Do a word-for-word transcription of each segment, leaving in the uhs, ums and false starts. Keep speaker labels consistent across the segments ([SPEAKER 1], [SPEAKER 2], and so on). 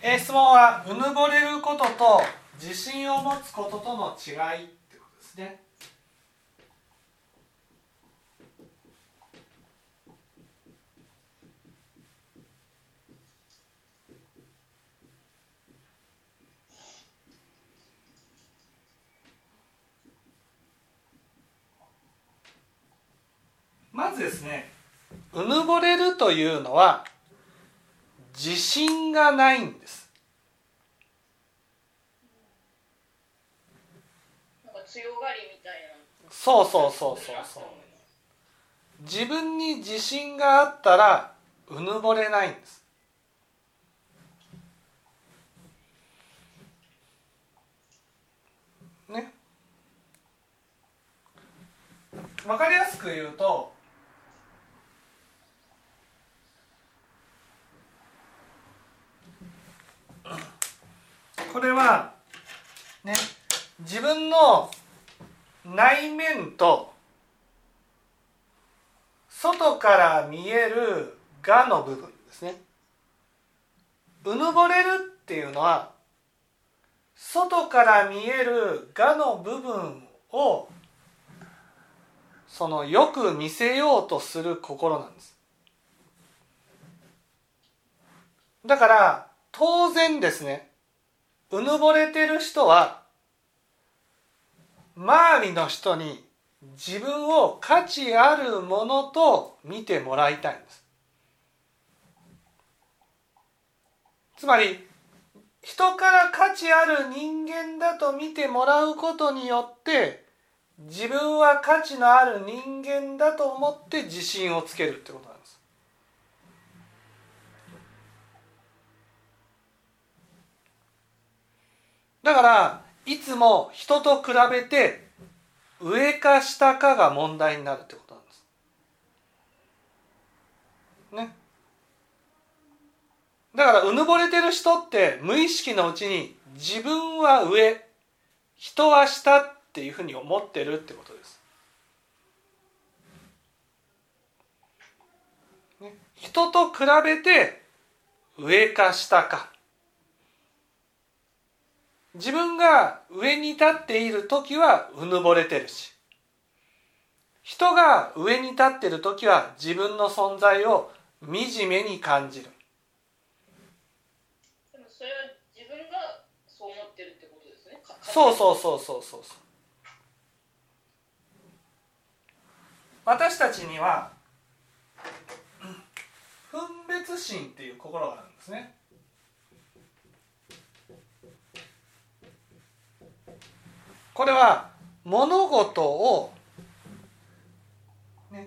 [SPEAKER 1] えー、質問はうぬぼれることと自信を持つこととの違いってことですね。まずですね、うぬぼれるというのは自信がないんです。
[SPEAKER 2] なんか強がりみたいな。
[SPEAKER 1] そうそうそうそうそう。自分に自信があったらうぬぼれないんです。ね。わかりやすく言うと、これはね、自分の内面と外から見える我の部分ですね。うぬぼれるっていうのは外から見える我の部分をそのよく見せようとする心なんです。だから当然ですね、うぬぼれてる人は周りの人に自分を価値あるものと見てもらいたいんです。つまり人から価値ある人間だと見てもらうことによって自分は価値のある人間だと思って自信をつけるってことなんです。だからいつも人と比べて上か下かが問題になるってことなんですね。だからうぬぼれてる人って無意識のうちに自分は上、人は下っていうふうに思ってるってことです、ね、人と比べて上か下か、自分が上に立っている時はうぬぼれてるし、人が上に立っている時は自分の存在を惨めに感じる。
[SPEAKER 2] でもそれは自分がそう思ってるってことですね。
[SPEAKER 1] そうそうそうそうそう。私たちには分別心っていう心があるんですね。これは物事をね、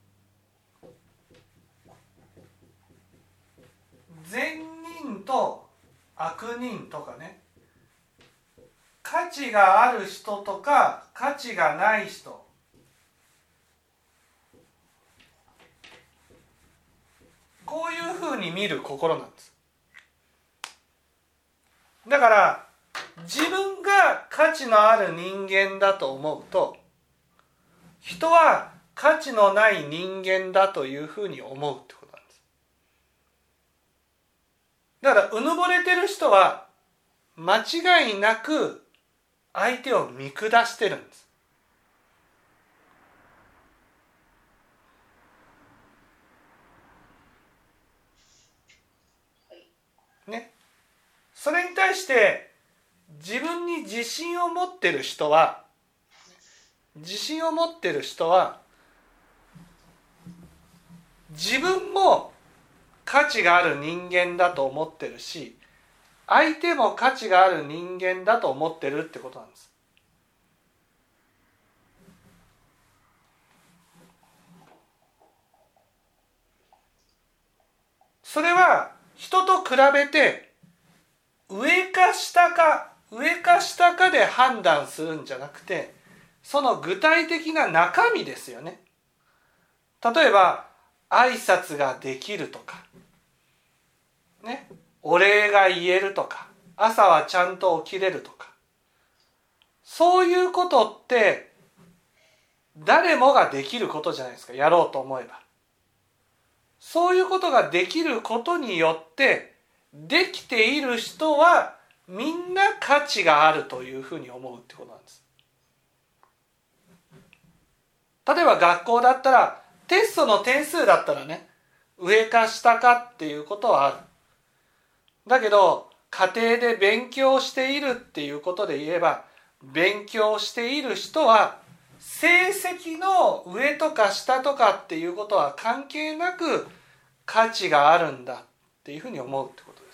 [SPEAKER 1] 善人と悪人とかね、価値がある人とか価値がない人、こういうふうに見る心なんです。だから自分が価値のある人間だと思うと、人は価値のない人間だというふうに思うってことなんです。だからうぬぼれてる人は間違いなく相手を見下してるんです。ね。それに対して自分に自信を持ってる人は自信を持ってる人は自分も価値がある人間だと思ってるし、相手も価値がある人間だと思ってるってことなんです。それは人と比べて上か下か上か下かで判断するんじゃなくて、その具体的な中身ですよね。例えば挨拶ができるとかね、お礼が言えるとか、朝はちゃんと起きれるとか、そういうことって誰もができることじゃないですか、やろうと思えば。そういうことができることによってできている人はみんな価値があるというふうに思うってことなんです。例えば学校だったらテストの点数だったらね、上か下かっていうことはある。だけど家庭で勉強しているっていうことで言えば、勉強している人は成績の上とか下とかっていうことは関係なく価値があるんだっていうふうに思うってことです。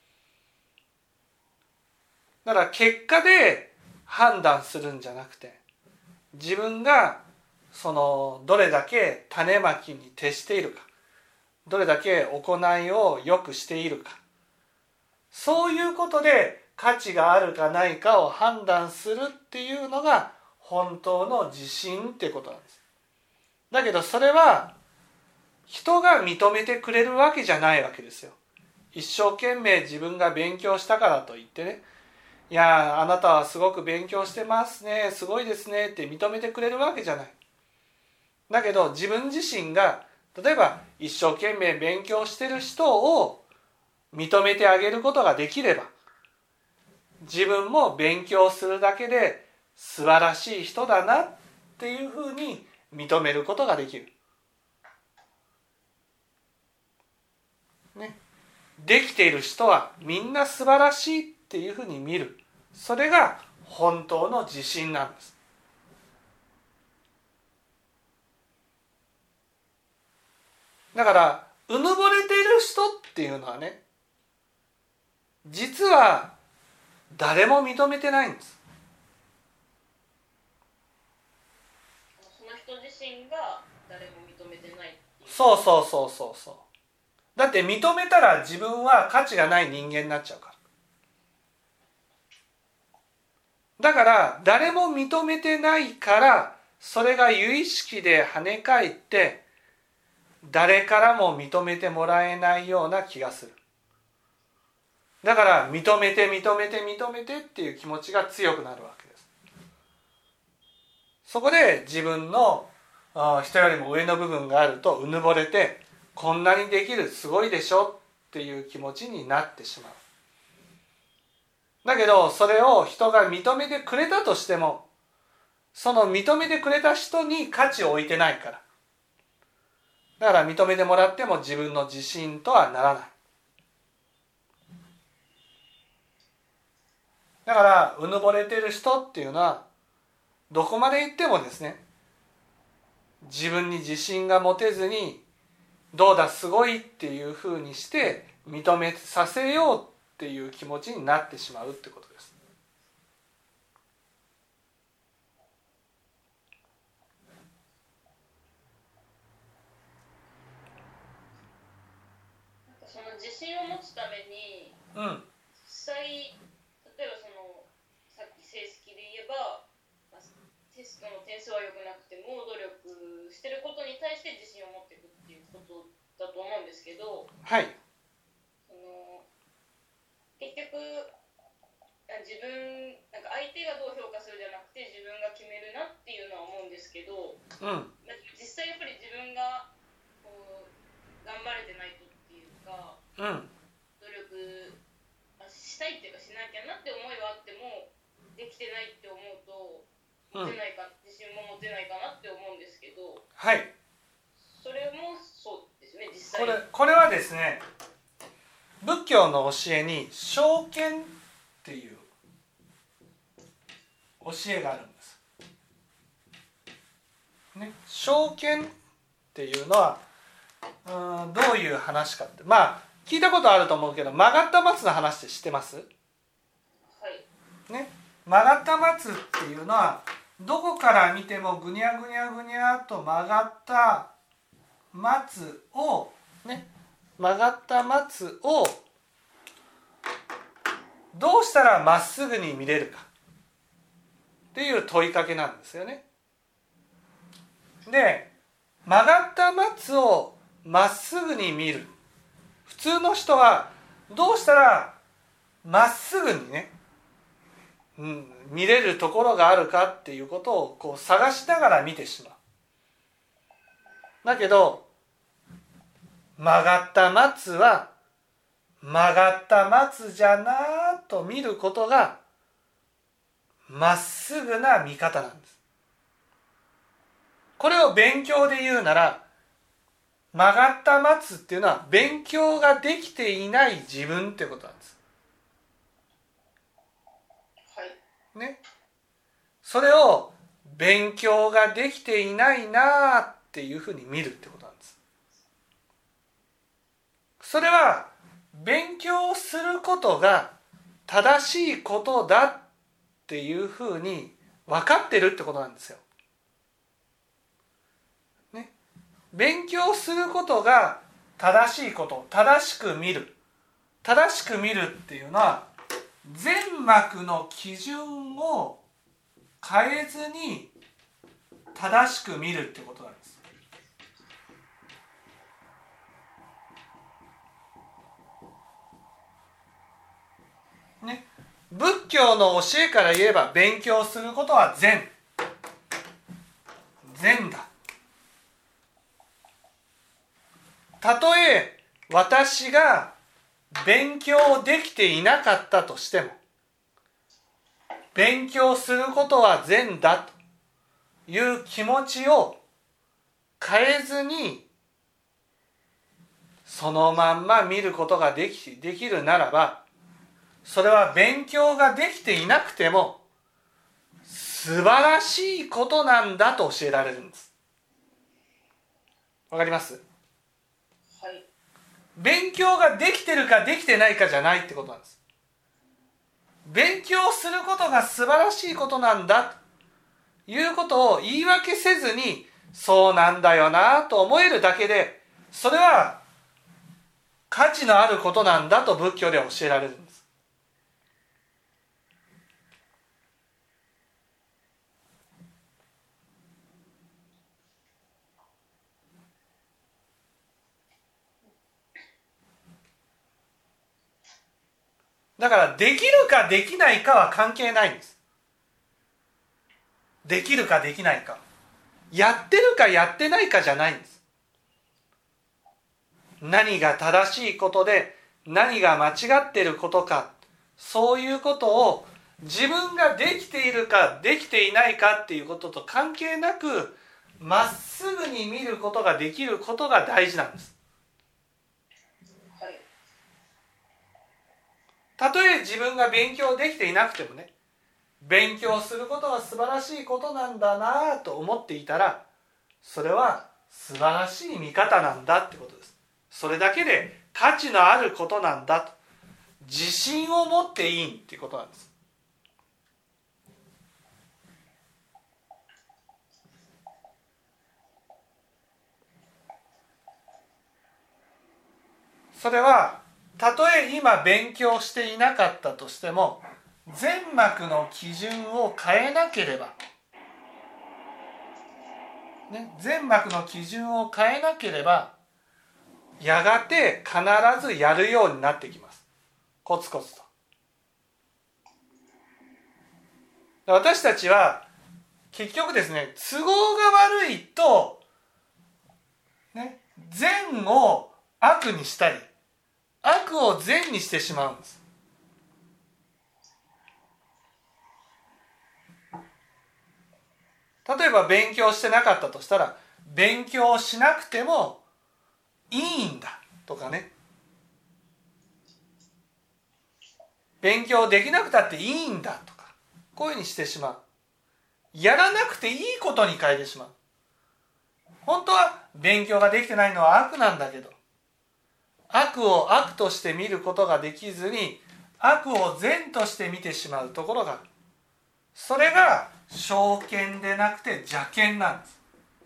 [SPEAKER 1] だから結果で判断するんじゃなくて、自分がそのどれだけ種まきに徹しているか、どれだけ行いを良くしているか、そういうことで価値があるかないかを判断するっていうのが本当の自信ってことなんです。だけどそれは人が認めてくれるわけじゃないわけですよ。一生懸命自分が勉強したからといってね、いやあなたはすごく勉強してますね、すごいですねって認めてくれるわけじゃない。だけど自分自身が例えば一生懸命勉強してる人を認めてあげることができれば、自分も勉強するだけで素晴らしい人だなっていうふうに認めることができる、ね、できている人はみんな素晴らしいっていうふうに見る。それが本当の自信なんです。だからうぬぼれている人っていうのはね、実は誰も認めてないんです。
[SPEAKER 2] その人自身が誰も認めてないっていう。
[SPEAKER 1] そうそうそうそうそう。だって認めたら自分は価値がない人間になっちゃうから。だから誰も認めてないから、それが有意識で跳ね返って誰からも認めてもらえないような気がする。だから認めて認めて認めてっていう気持ちが強くなるわけです。そこで自分の人よりも上の部分があるとうぬぼれて、こんなにできる、すごいでしょっていう気持ちになってしまう。だけどそれを人が認めてくれたとしても、その認めてくれた人に価値を置いてないから、だから認めてもらっても自分の自信とはならない。だからうぬぼれてる人っていうのはどこまで行ってもですね、自分に自信が持てずに、どうだすごいっていうふうにして認めさせようっていう気持ちになってしまうってことです。
[SPEAKER 2] なんかその自信を持つために、
[SPEAKER 1] うん、
[SPEAKER 2] 実際例えばそのさっき成績で言えば、まあ、テストの点数は良くなくても努力してることに対して自信を持っていくっていうことだと思うんですけど、
[SPEAKER 1] はい、
[SPEAKER 2] その結局自分なんか相手がどう評価するじゃなくて自分が決めるなっていうのは思うんですけど、
[SPEAKER 1] うん、
[SPEAKER 2] 実際やっぱり自分がこう頑張れてないとっていうか、
[SPEAKER 1] うん、
[SPEAKER 2] 努力したいっていうかしなきゃなって思いはあってもできてないって思うと持てないか、うん、自信も持てないかなって思うんですけど、
[SPEAKER 1] はい、
[SPEAKER 2] それもそうですね。実際
[SPEAKER 1] これ、これはですね、仏教の教えに正見っていう教えがあるんです、ね、正見っていうのはうーんどういう話かって、まあ聞いたことあると思うけど、曲がった松の話って知ってます？
[SPEAKER 2] はい、
[SPEAKER 1] ね、曲がった松っていうのはどこから見てもぐにゃぐにゃぐにゃと曲がった松をね、曲がった松をどうしたらまっすぐに見れるかっていう問いかけなんですよね。で、曲がった松をまっすぐに見る、普通の人はどうしたらまっすぐにね、うん、見れるところがあるかっていうことをこう探しながら見てしまう。だけど曲がった松は曲がった松じゃなと見ることがまっすぐな見方なんです。これを勉強で言うなら、曲がった松っていうのは勉強ができていない自分ってことなんです。
[SPEAKER 2] はい。
[SPEAKER 1] ね。それを勉強ができていないなっていうふうに見るってことなんです。それは勉強することが正しいことだっていうふうに分かってるってことなんですよ。ね。勉強することが正しいこと、正しく見る。正しく見るっていうのは全幕の基準を変えずに正しく見るってことなんです。ね、仏教の教えから言えば勉強することは善。善だ。たとえ私が勉強できていなかったとしても、勉強することは善だという気持ちを変えずにそのまんま見ることができ、できるならば、それは勉強ができていなくても素晴らしいことなんだと教えられるんです。わかります？
[SPEAKER 2] はい。
[SPEAKER 1] 勉強ができてるかできてないかじゃないってことなんです。勉強することが素晴らしいことなんだということを言い訳せずに、そうなんだよなと思えるだけで、それは価値のあることなんだと仏教では教えられるんです。だからできるかできないかは関係ないんです。できるかできないか、やってるかやってないかじゃないんです。何が正しいことで何が間違っていることか、そういうことを自分ができているかできていないかっていうことと関係なく、まっすぐに見ることができることが大事なんです。たとえ自分が勉強できていなくてもね、勉強することは素晴らしいことなんだなと思っていたら、それは素晴らしい見方なんだってことです。それだけで価値のあることなんだと自信を持っていいっていうことなんです。それはたとえ今勉強していなかったとしても、全幕の基準を変えなければ、ね、全幕の基準を変えなければ、やがて必ずやるようになってきます。コツコツと。私たちは結局ですね、都合が悪いと、ね、善を悪にしたり、悪を善にしてしまうんです。例えば勉強してなかったとしたら、勉強しなくてもいいんだとかね、勉強できなくたっていいんだとか、こういうふうにしてしまう。やらなくていいことに変えてしまう。本当は勉強ができてないのは悪なんだけど、悪を悪として見ることができずに、悪を善として見てしまうところがある。それが正見でなくて邪見なんです。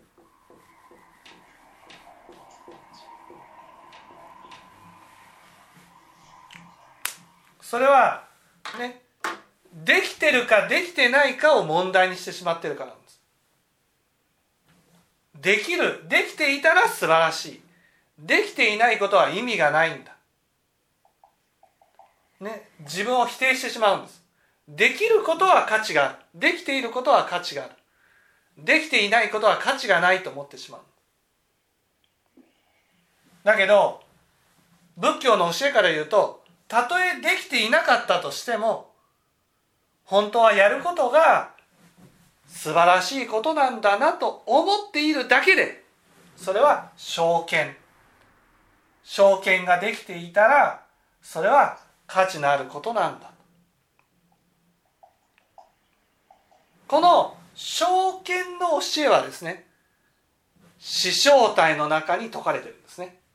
[SPEAKER 1] それはね、できてるかできてないかを問題にしてしまってるからなんです。できる、できていたら素晴らしい。できていないことは意味がないんだ。ね、自分を否定してしまうんです。できることは価値がある。できていることは価値がある。できていないことは価値がないと思ってしまう。だけど、 仏教の教えから言うと、たとえできていなかったとしても本当はやることが素晴らしいことなんだなと思っているだけで、それは正見正見ができていたら、それは価値のあることなんだ。この正見の教えはですね、四正体の中に説かれているんですね。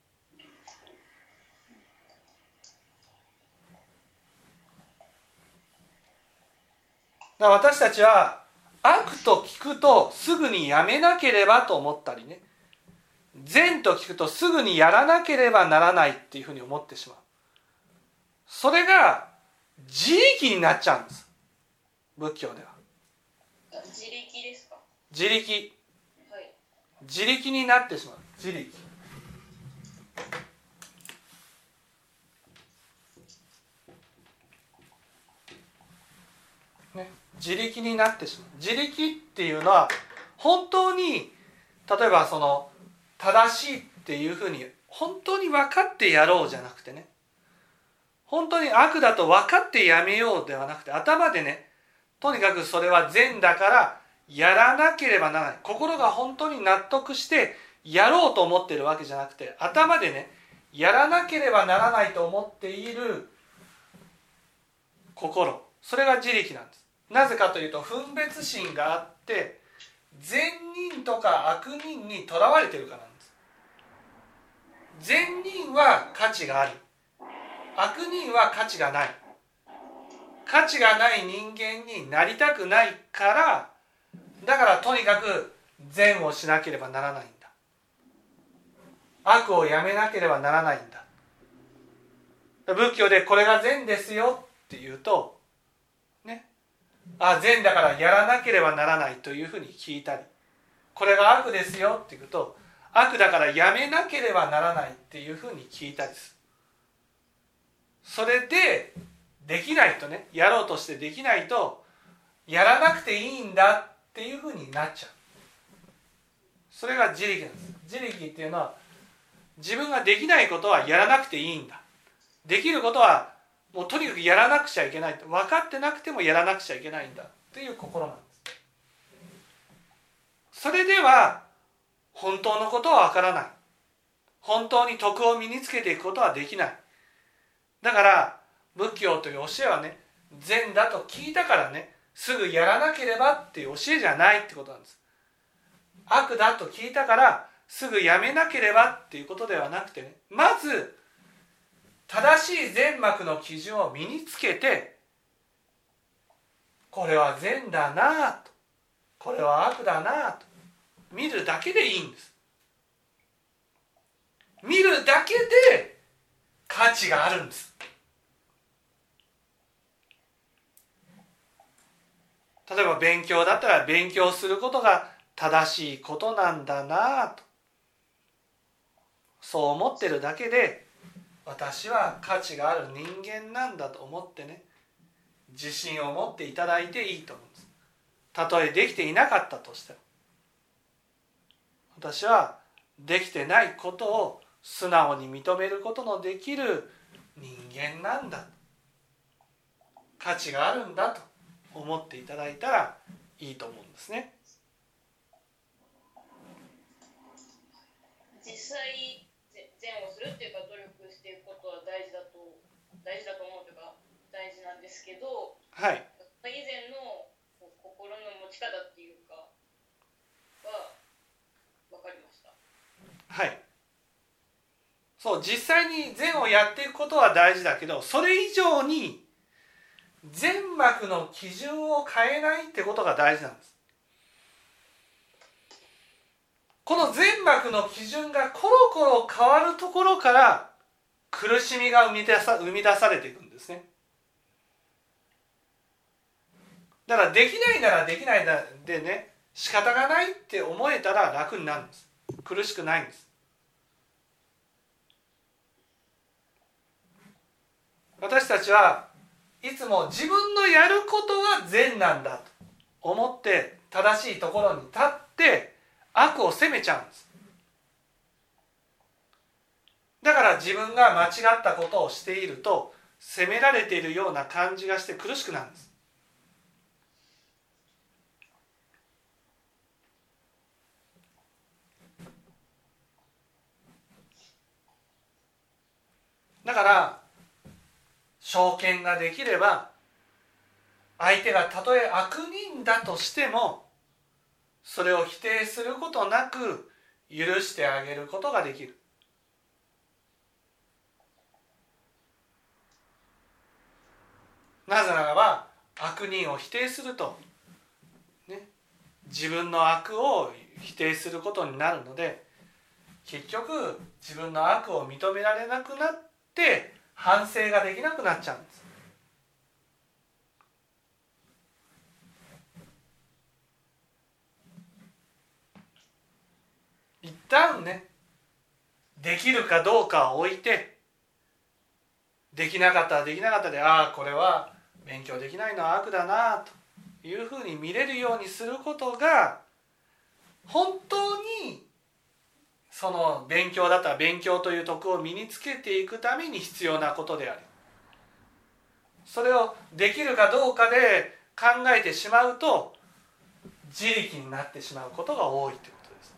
[SPEAKER 1] だから私たちは悪と聞くとすぐにやめなければと思ったりね、善と聞くとすぐにやらなければならないっていうふうに思ってしまう。それが自力になっちゃうんです、仏教では。
[SPEAKER 2] 自力ですか？
[SPEAKER 1] 自力、
[SPEAKER 2] はい、
[SPEAKER 1] 自力になってしまう。自力、ね、自力になってしまう。自力っていうのは本当に、例えばその正しいっていうふうに本当に分かってやろうじゃなくてね、本当に悪だと分かってやめようではなくて、頭でね、とにかくそれは善だからやらなければならない、心が本当に納得してやろうと思っているわけじゃなくて、頭でね、やらなければならないと思っている心、それが自力なんです。なぜかというと、分別心があって善人とか悪人にとらわれているからなんです。善人は価値がある、悪人は価値がない。価値がない人間になりたくないから、だからとにかく善をしなければならないんだ、悪をやめなければならないんだ。仏教でこれが善ですよっていうとね、あ、善だからやらなければならないというふうに聞いたり、これが悪ですよっていうと、悪だからやめなければならないっていうふうに聞いたりする。それでできないとね、やろうとしてできないと、やらなくていいんだっていうふうになっちゃう。それが自力なんです。自力っていうのは、自分ができないことはやらなくていいんだ、できることはもうとにかくやらなくちゃいけないと、分かってなくてもやらなくちゃいけないんだっていう心なんです。それでは本当のことは分からない、本当に徳を身につけていくことはできない。だから仏教という教えはね、善だと聞いたからね、すぐやらなければっていう教えじゃないってことなんです。悪だと聞いたからすぐやめなければっていうことではなくてね、まず正しい善悪の基準を身につけて、これは善だなと、これは悪だなと見るだけでいいんです。見るだけで価値があるんです。例えば勉強だったら、勉強することが正しいことなんだなと、そう思ってるだけで、私は価値がある人間なんだと思ってね、自信を持っていただいていいと思うんです。たとえできていなかったとしても、私はできてないことを素直に認めることのできる人間なんだ、価値があるんだと思っていただいたらいいと思うんですね。
[SPEAKER 2] 実際善をするっていうか、努力していくことは大事だと大事だと思うというか大事なんですけど、
[SPEAKER 1] はい、
[SPEAKER 2] 以前の心の持ち方っていうかは分かりました。
[SPEAKER 1] はい、そう、実際に善をやっていくことは大事だけど、それ以上に善悪の基準を変えないってことが大事なんです。この善悪の基準がコロコロ変わるところから苦しみが生み出さ、生み出されていくんですね。だからできないならできないでね、仕方がないって思えたら楽になるんです。苦しくないんです。私たちはいつも自分のやることは善なんだと思って正しいところに立って悪を責めちゃうんです。 だから自分が間違ったことをしていると責められているような感じがして苦しくなるんです。だから証券ができれば相手がたとえ悪人だとしてもそれを否定することなく許してあげることができる。なぜならば悪人を否定すると、ね、自分の悪を否定することになるので結局自分の悪を認められなくなって反省ができなくなっちゃうんです。一旦ねできるかどうかを置いてできなかったらできなかったでああこれは勉強できないのは悪だなというふうに見れるようにすることが本当にその勉強だったら勉強という徳を身につけていくために必要なことである。それをできるかどうかで考えてしまうと自力になってしまうことが多いということです。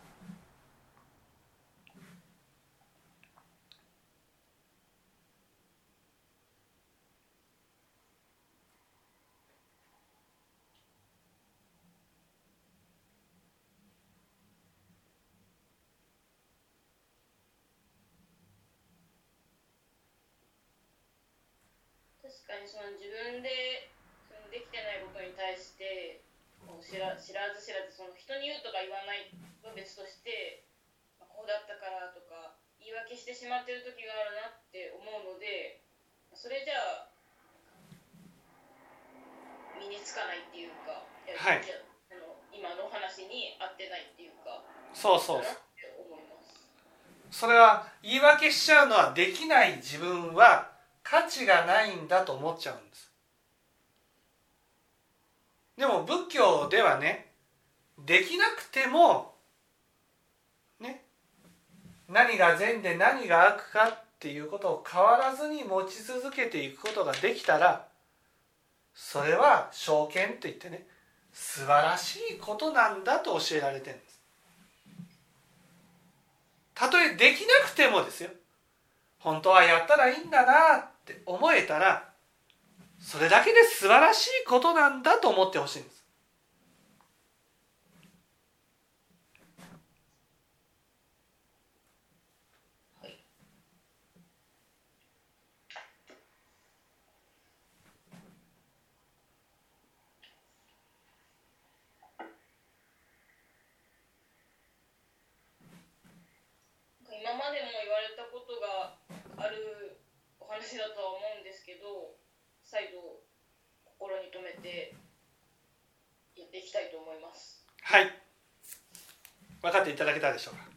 [SPEAKER 2] 確かにその自分でそのできてないことに対してこう知ら、知らず知らずその人に言うとか言わないは別としてこうだったからとか言い訳してしまってる時があるなって思うのでそれじゃあ身につかないっていうか、いや、
[SPEAKER 1] はい、
[SPEAKER 2] じゃあの今の話に合ってないっていうか
[SPEAKER 1] そうそう
[SPEAKER 2] だなって思います。
[SPEAKER 1] それは言い訳しちゃうのはできない自分は価値がないんだと思っちゃうんです。でも仏教ではねできなくてもね何が善で何が悪かっていうことを変わらずに持ち続けていくことができたらそれは正見といってね素晴らしいことなんだと教えられてるんです。たとえできなくてもですよ本当はやったらいいんだなって思えたらそれだけで素晴らしいことなんだと思ってほしいんです。
[SPEAKER 2] 今までも言われたことがあるお話だとは思うんですけど再度心に留めてやっていきたいと思います。
[SPEAKER 1] はい、分かっていただけたでしょうか。